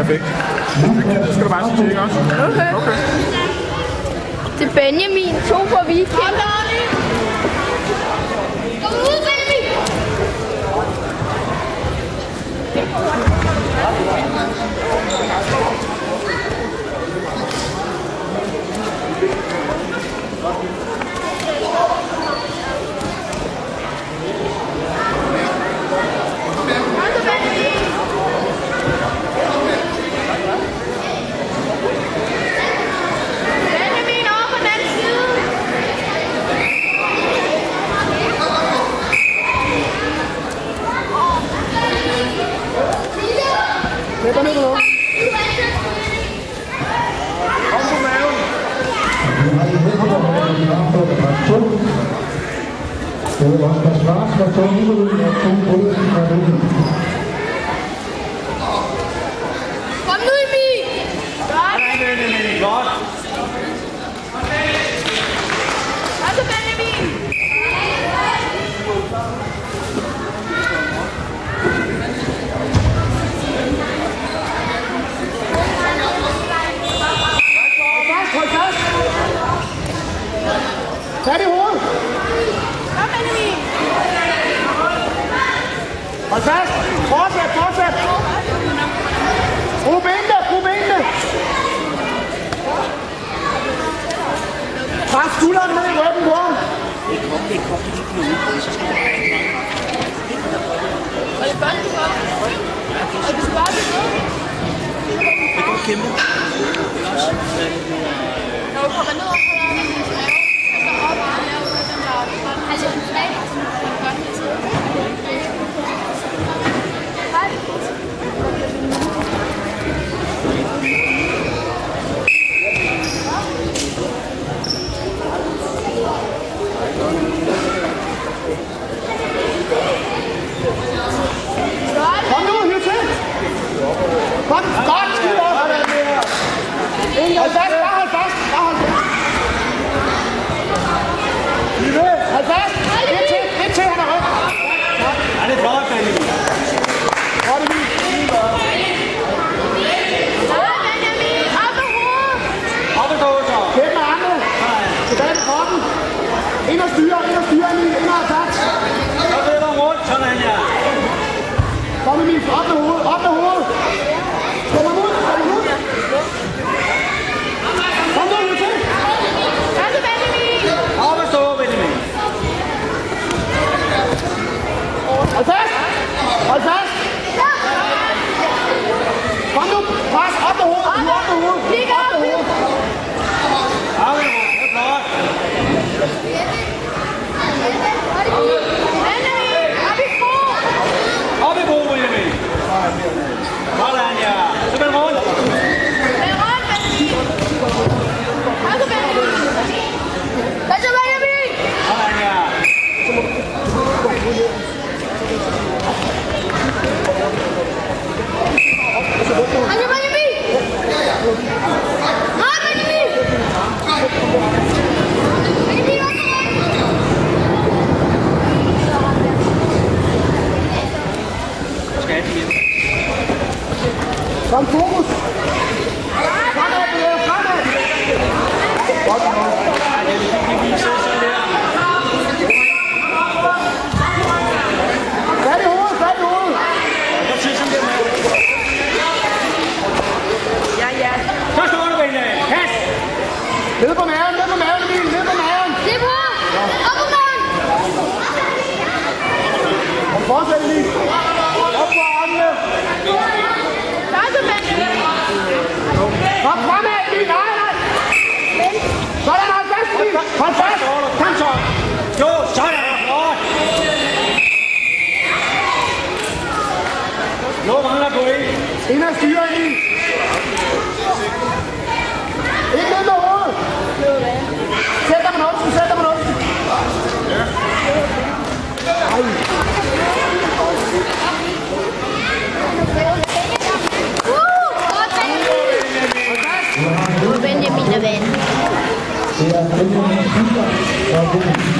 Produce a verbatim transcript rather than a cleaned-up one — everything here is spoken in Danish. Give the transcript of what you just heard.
Perfekt. Det skal du bare sige, ikke også? Okay. Okay. Det er Benjamin, to for weekend. Kom ud, Benjamin! Sæt dig ned på noget. Kom på maven. Det var også Kasper, der tog lige ud af to både fra det. Kom nu, Emil! Godt! Nej, nej, nej, nej, godt. Kom så, Benjamin! Tag det i hovedet. Kom, Benjamin! Hold fast. Fortsæt, fortsæt. Brug benene, brug benene. Pres skulderen ned i ryggen på ham. Det kom, det kom, det gik ud, så skal du have en gang. Og det er godt, du gør. Og du skal bare blive med. Det går kæmpe. Når du kommer ned og holder den, så er så op og lave den der. Altså, du skal ikke gøre det til. Hej. Kom nu, hiv til. Kom, godt, skid op. Hold fast, bare hold fast, bare hold fast. Bliv ved, hold fast. Lidt til, lidt til, han er ryg. Ja, det er flot, Benjamin. Godt, Emil. Benjamin, op med hovedet. Op og stå så. Kæft med armene. Tilbage til kroppen. Ind og styre, ind og styre, Emil. Ind og attack. Så løber du rundt, sådan ja. Kom Emil, op med hovedet, op med hovedet. Kom ham ud, kom ham ud. Kom nu, hiv til. Kom så, Benjamin. Op og stå, Benjamin. Hold fast. Hold fast. Kom nu, pres, op med hovedet, hiv op med hovedet. Kig op. Op med hovedet. Op med hovedet, det er flot. Benjamin, op i bro. Op i bro, Benjamin. Sådan ja. Så vend rundt. Vend rundt, Benjamin. Kom så, Benjamin. Kom så, Benjamin. Sådan ja. Kom så, Benjamin. Nå, Benjamin. Benjamin, op med ryggen. Skal jeg hjem? Kom, fokus. Fremad, Peter, fremad. Godt, godt. Fat i hovedet, fat i hovedet. Ja, ja. Så står du, Benjamin. Kast! Ned på maven, ned på maven, Emil, ned på maven. Det er på. Op på maven. Kom, fortsæt, Emil. Op på armene. Kom så, Benjamin. Kom fremad, Emil. Nej, nej. Sådan, hold fast, Emil. Hold fast. Kom så. Jo, sådan er flot. Nu mangler point. Ind og styre, Emil. Ikke ned med hovedet. Sæt dig med numsen, sæt dig med numsen. Ej. Uh! Benjamin er vand. Det er Benjamin Schuster, der er